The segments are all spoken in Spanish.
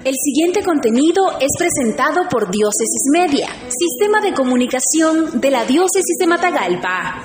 El siguiente contenido es presentado por Diócesis Media, sistema de comunicación de la Diócesis de Matagalpa.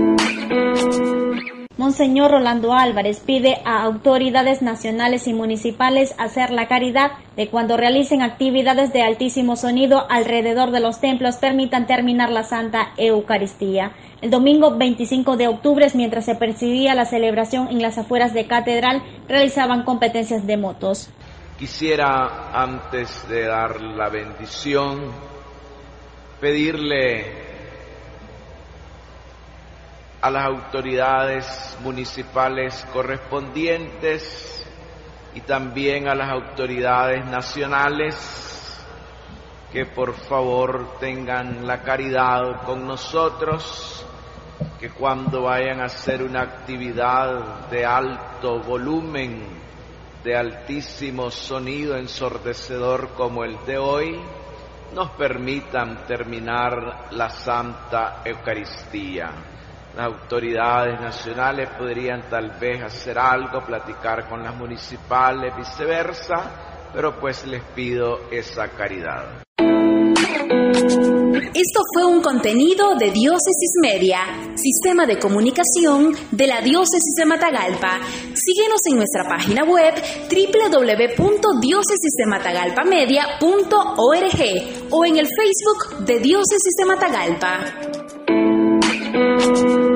Monseñor Rolando Álvarez pide a autoridades nacionales y municipales hacer la caridad de cuando realicen actividades de altísimo sonido alrededor de los templos permitan terminar la Santa Eucaristía. El domingo 25 de octubre, mientras se presidía la celebración en las afueras de Catedral, realizaban competencias de motos. Quisiera, antes de dar la bendición, pedirle a las autoridades municipales correspondientes y también a las autoridades nacionales que por favor tengan la caridad con nosotros, que cuando vayan a hacer una actividad de alto volumen, de altísimo sonido ensordecedor como el de hoy, nos permitan terminar la Santa Eucaristía. Las autoridades nacionales podrían tal vez hacer algo, platicar con las municipales, viceversa, pero pues les pido esa caridad. Esto fue un contenido de Diócesis Media, sistema de comunicación de la Diócesis de Matagalpa. Síguenos en nuestra página web www.diocesisdematagalpamedia.org o en el Facebook de Diócesis de Matagalpa.